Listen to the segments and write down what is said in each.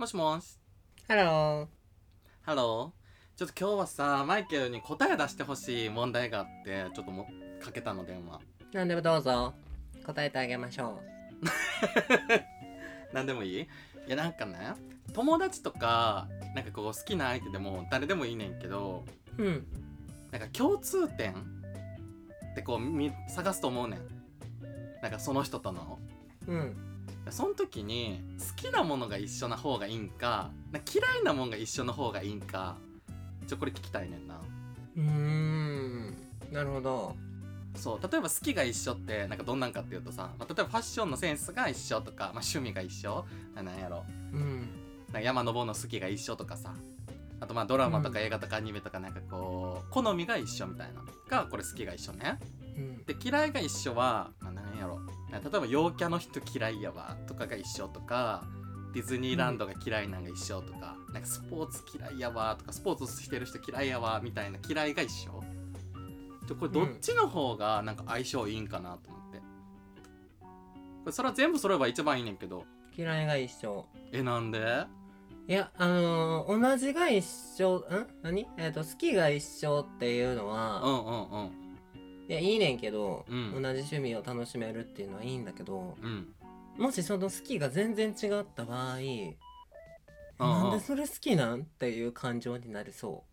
もしもし。 ハロハロー。ちょっと今日はさ、マイケルに答え出してほしい問題があって、ちょっとかけたの電話。 ー。何でもどうぞ。答えてあげましょなんでもいい？いやなんかね、友達とか、なんかこう好きな相手でも誰でもいいねんけど、 う。うん。 なんか共通点ってこう探すと思うねん。なんかその人との。 うん。 その時に好きなものが一緒な方がいいんか、嫌いなものが一緒の方がいいんか、これ聞きたいねんな。 なるほど。 そう、例えば好きが一緒ってなんかどんなんかっていうとさ、例えばファッションのセンスが一緒とか、趣味が一緒なんやろ、 うん。 なんか山登るの好きが一緒とかさ、あとドラマとか映画とかアニメとかなんかこう好みが一緒みたいながこれ好きが一緒ね。 うん。 で嫌いが一緒は、なんやろ、例えば陽キャの人嫌いやわとかが一緒とか、ディズニーランドが嫌いなんが一緒とか、なんかスポーツ嫌いやわとか、スポーツしてる人嫌いやわみたいな嫌いが一緒。これどっちの方がなんか相性いいんかなと思って。これそれは全部揃えば一番いいねんけど。 嫌いが一緒。 なんで？ いや、同じが一緒、何好きが一緒っていうのは、いや、いいねんけど、 うん同じ趣味を楽しめるっていうのはいいんだけど、 うん。 もしその好きが全然違った場合、 うん。 なんでそれ好きなんっていう感情になりそう。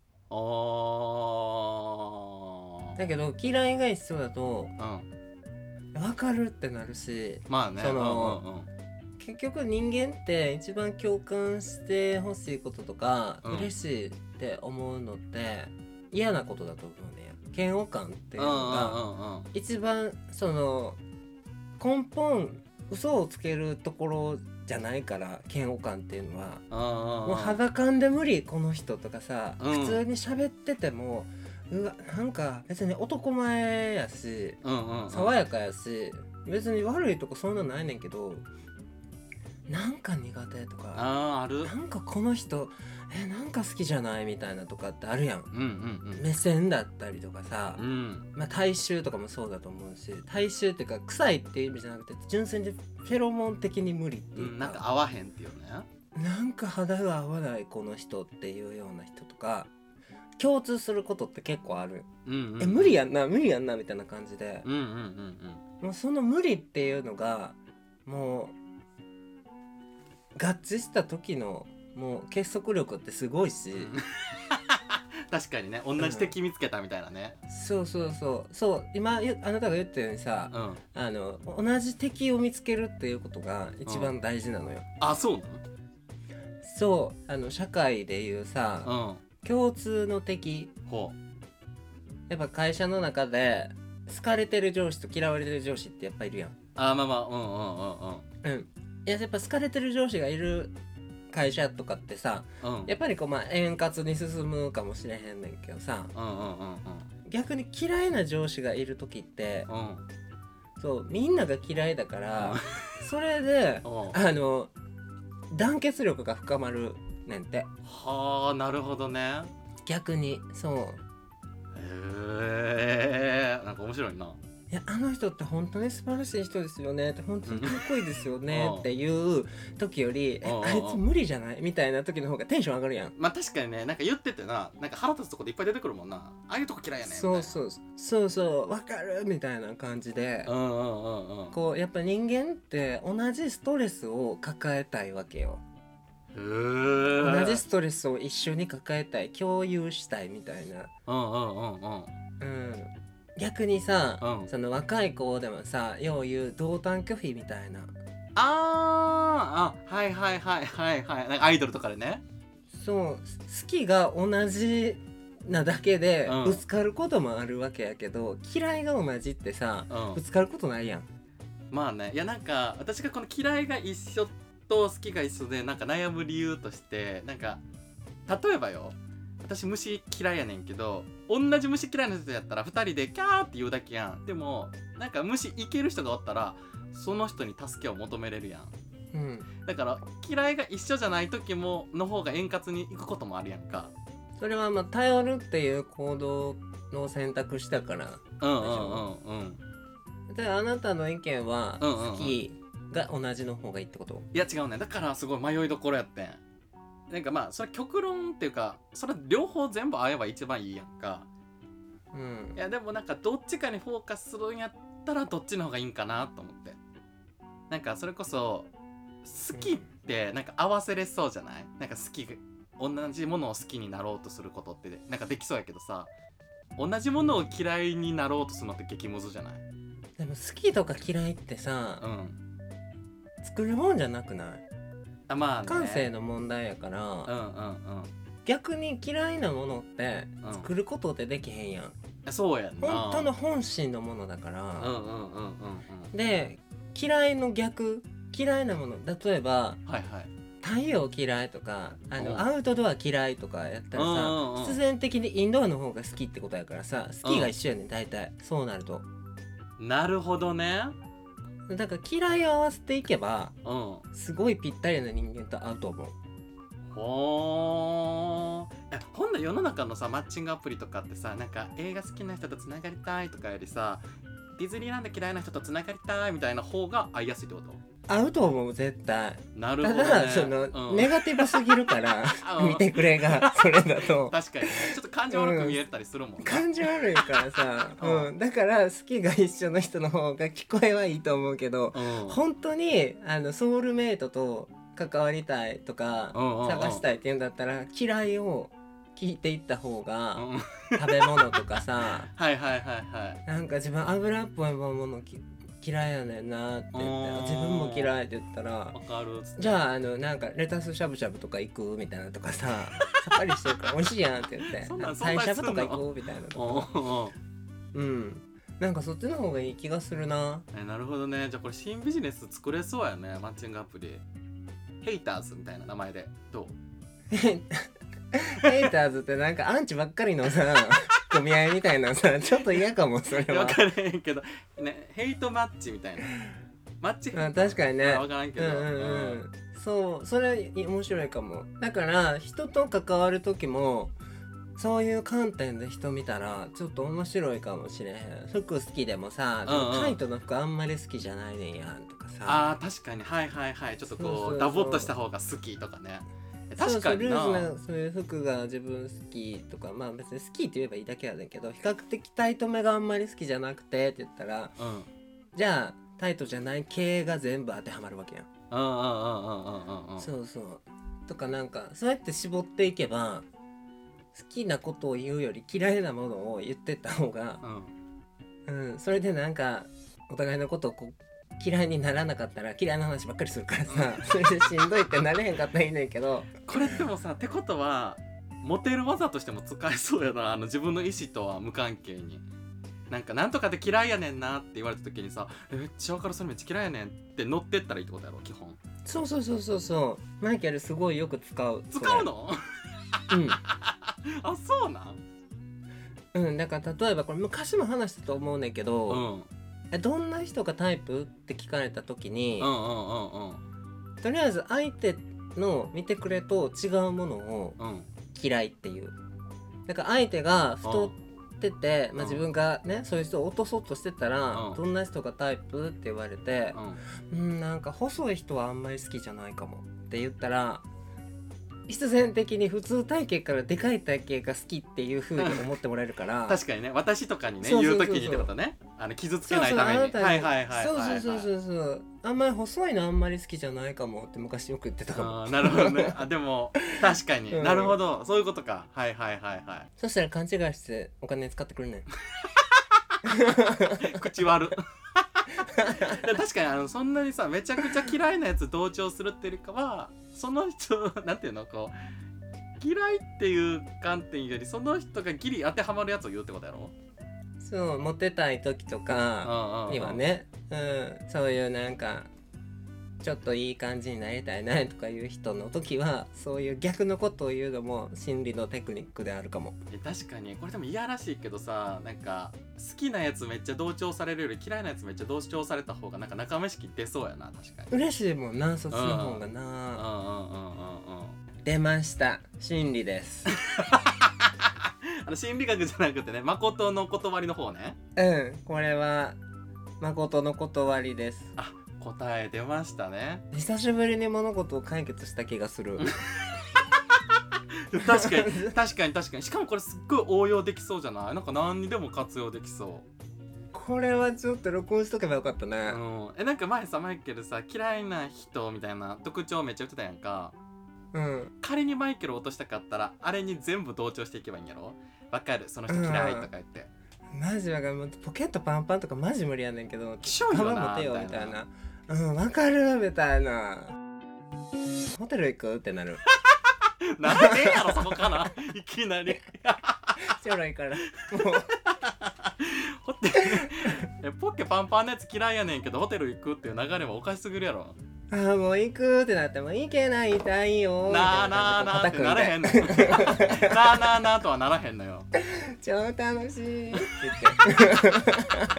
だけど、嫌いが一緒だと、わかるってなるし、 まあね。 結局人間って一番共感してほしいこととか、嬉しいって思うのって嫌なことだと思うね。嫌悪感っていうのが一番その根本嘘をつけるところじゃないから、嫌悪感っていうのはもう肌感で無理この人とかさ、普通に喋っててもうわ、なんか別に男前やし、爽やかやし、別に悪いとこそんなないねんけど、なんか苦手とか、 ある。 なんかこの人なんか好きじゃないみたいなとかってあるやん。目線だったりとかさ、体臭とかもそうだと思うし、体臭っていうか臭いっていう意味じゃなくて、純粋にフェロモン的に無理っていうか、 なんか合わへんっていうね。 なんか肌が合わないこの人っていうような人とか共通することって結構ある。無理やんな無理やんなみたいな感じで、もうその無理っていうのがもう合致した時のもう結束力ってすごいし、 確かにね、同じ敵見つけたみたいなね。 そう今あなたが言ったようにさ、同じ敵を見つけるっていうことが一番大事なのよ。 あ、そうなの？ そう、社会でいうさ、共通の敵、やっぱ会社の中で好かれてる上司と嫌われてる上司ってやっぱいるやん。やっぱ好かれてる上司がいる会社とかってさ、やっぱりこう円滑に進むかもしれへんねんけどさ、逆に嫌いな上司がいる時って、そうみんなが嫌いだから、それで団結力が深まるねんて。 はあ、なるほどね。 逆にそう。 なんか面白いな。 いや、あの人って本当に素晴らしい人ですよねって、本当にかっこいいですよねっていう時より、あいつ無理じゃないみたいな時の方がテンション上がるやん。 まあ確かにね、なんか言っててな、なんか腹立つとこでいっぱい出てくるもんな。ああいうとこ嫌いやねん。 そうわかるみたいな感じで、こうやっぱ人間って同じストレスを抱えたいわけよ。同じストレスを一緒に抱えたい、共有したいみたいな。逆にさ、その若い子でもさ、よう言う同担拒否みたいな。 はいなんかアイドルとかでね。 そう、好きが同じなだけでぶつかることもあるわけやけど、嫌いが同じってさ、ぶつかることないやん。 まあね、いやなんか私がこの嫌いが一緒と好きが一緒でなんか悩む理由として、なんか例えばよ、私虫嫌いやねんけど、同じ虫嫌いな人やったら2人でキャーって言うだけやん。でもなんか虫いける人がおったらその人に助けを求めれるやん。だから嫌いが一緒じゃない時もの方が円滑に行くこともあるやんか。 それは頼るっていう行動の選択したから。で、あなたの意見は好きが同じの方がいいってこと？ いや違うね。だからすごい迷いどころやってん。 なんかまあそれ極論っていうかそれ両方全部合えば一番いいやんか。いやでもなんかどっちかにフォーカスするんやったらどっちの方がいいんかなと思って。なんかそれこそ好きってなんか合わせれそうじゃない？なんか好き同じものを好きになろうとすることってなんかできそうやけどさ、同じものを嫌いになろうとするのって激ムズじゃない？ でも好きとか嫌いってさ、作るもんじゃなくない？ あ、まあね、 感性の問題やから、逆に嫌いなものって作ることってできへんやん。 そうやんな。 本当の本心のものだから。で、嫌いの逆、嫌いなもの、例えば、太陽嫌いとかアウトドア嫌いとかやったらさ、必然的にインドアの方が好きってことやからさ、好きが一緒やねん大体。そうなると。なるほどね。 だから嫌いを合わせていけば、すごいぴったりな人間と合うと思う。 ほんな世の中のさマッチングアプリとかってさ、なんか映画好きな人とつながりたいとかよりさ、ディズニーランド嫌いな人とつながりたいみたいな方が合いやすいってこと？ 合うと思う絶対。 なるほどね。 ただその、ネガティブすぎるから見てくれがそれだと確かにちょっと感情悪く見えたりするもんね。 感情悪いからさ、だから好きが一緒の人の方が聞こえはいいと思うけど、本当にソウルメイトと関わりたいとか探したいっていうんだったら嫌いを聞いていった方が、食べ物とかさなんか自分油っぽいもの嫌いやねんなって言って、自分も嫌いって言ったら、じゃあなんかレタスしゃぶしゃぶとか行くみたいなとかさ、さっぱりしてるから美味しいやんって言ってタイしゃぶとか行くみたいなとかなんかそっちの方がいい気がするな。 なるほどね。じゃあこれ新ビジネス作れそうやね、マッチングアプリ。ヘイターズみたいな名前でどう？ ヘイターズってなんかアンチばっかりのさ組合みたいなさ、ちょっと嫌かもそれは。 分からへんけどね、ヘイトマッチみたいなマッチ、 確かにね。 分からんけど、 そう、それ面白いかも。だから人と関わる時もそういう観点で人見たらちょっと面白いかもしれへん。服好きでもさ、カイトの服あんまり好きじゃないねんやんとかさ。 確かにちょっとこうダボっとした方が好きとかね。確かにな。 そういう服が自分好きとか、まあ別に好きって言えばいいだけやねんけど、比較的タイトめがあんまり好きじゃなくてって言ったら、じゃあタイトじゃない系が全部当てはまるわけやん。そうそうとか、なんかそうやって絞っていけば、好きなことを言うより嫌いなものを言ってった方が、それでなんかお互いのことを嫌いにならなかったら嫌いな話ばっかりするからさ、それでしんどいってなれへんかったらいいねんけど。 これでもさ、ってことはモテる技としても使えそうやな。自分の意思とは無関係に、なんとかで嫌いやねんなって言われた時にさ、めっちゃ分かる、それめっちゃ嫌いやねんって乗ってったらいいってことやろ基本。 そうマイケルすごいよく使うの？あ、そうなん？ だから例えばこれ昔も話したと思うねんけど、どんな人がタイプって聞かれた時に、とりあえず相手の見てくれと違うものを嫌いっていう。だから相手が太ってて、自分がねそういう人を落とそうとしてたら、どんな人がタイプって言われて、なんか細い人はあんまり好きじゃないかもって言ったら、必然的に普通体型からでかい体型が好きっていう風に思ってもらえるから確かにね、私とかにね言う時にってことね、傷つけないために。 そうあんまり細いのあんまり好きじゃないかもって昔よく言ってたかも。 なるほどね。でも確かに、なるほど、そういうことか。 そしたら勘違いしてお金使ってくるねん。 口悪確かにそんなにさめちゃくちゃ嫌いなやつ同調するっていうよりかは、その人なんていうの、こう嫌いっていう観点よりその人がギリ当てはまるやつを言うってことやろ。 そう、モテたい時とかにはね、そういうなんかちょっといい感じになりたいなとかいう人の時は、そういう逆のことを言うのも心理のテクニックであるかも。 確かにこれでもいやらしいけどさ、なんか好きなやつめっちゃ同調されるより嫌いなやつめっちゃ同調された方がなんか仲間意識出そうやな。確かに嬉しいもんな、そっちの方がな。出ました、心理です心理学じゃなくてね、誠の断りの方ね。 これは誠の断りです。 答え出ましたね。 久しぶりに物事を解決した気がする確かに確かに確かに。しかもこれすっごい応用できそうじゃない？なんか何にでも活用できそこれはちょっと録音しとけばよかったね。 う。なんか前さマイケルさ嫌いな人みたいな特徴めっちゃ言ってたやんか。仮にマイケル落としたかったらあれに全部同調していけばいいんやろ。わかる、その人嫌いとか言って、 マジわかる。もうポケットパンパンとかマジ無理やねんけど、 きしょいよなカバン持てよみたいな。わかるみたいな。ホテル行くってなる。 ならへんやろそこかな。いきなりちょろいからもうホテルポッケパンパンのやつ嫌いやねんけどホテル行くっていう流れはおかしすぎるやろ。 もう行くってなっても行けない痛いよなあなあなあってなれへんのなあなあなあとはならへんのよ。 超楽しいって言って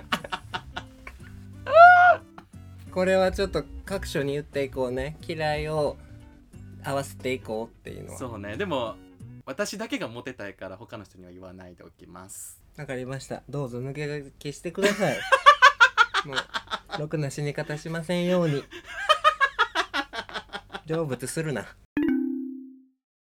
これはちょっと各所に言っていこうね。嫌いを合わせていこうっていうのは。 そうね。でも私だけがモテたいから他の人には言わないでおきます。 わかりました。どうぞ抜け駆けしてくださいもうろくな死に方しませんように。成仏するな。